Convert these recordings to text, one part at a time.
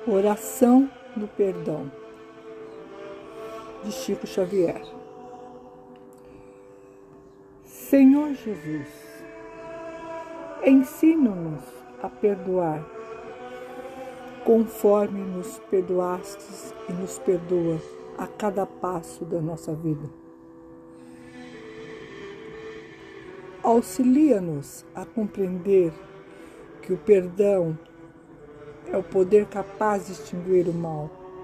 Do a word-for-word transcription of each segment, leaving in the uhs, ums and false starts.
Oração do Perdão, de Chico Xavier. Senhor Jesus, ensina-nos a perdoar, conforme nos perdoastes e nos perdoa a cada passo da nossa vida. Auxilia-nos a compreender que o perdão é o poder capaz de extinguir o mal.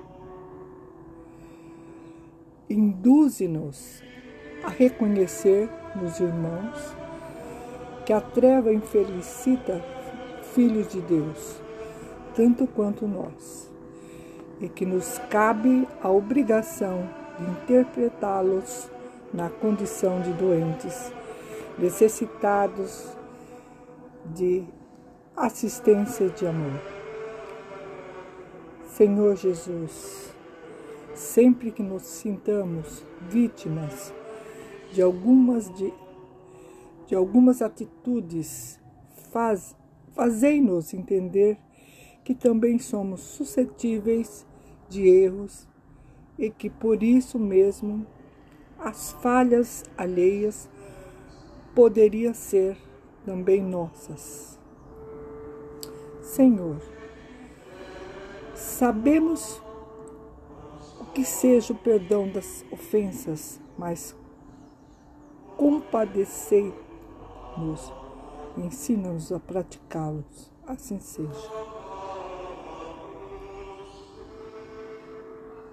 Induze-nos a reconhecer nos irmãos que a treva infelicita filhos de Deus, tanto quanto nós, e que nos cabe a obrigação de interpretá-los na condição de doentes, necessitados de assistência e de amor. Senhor Jesus, sempre que nos sintamos vítimas de algumas, de, de algumas atitudes, faz, fazei-nos entender que também somos suscetíveis de erros e que por isso mesmo as falhas alheias poderiam ser também nossas. Senhor, sabemos o que seja o perdão das ofensas, mas compadecei-nos e ensina-nos a praticá-los. Assim seja.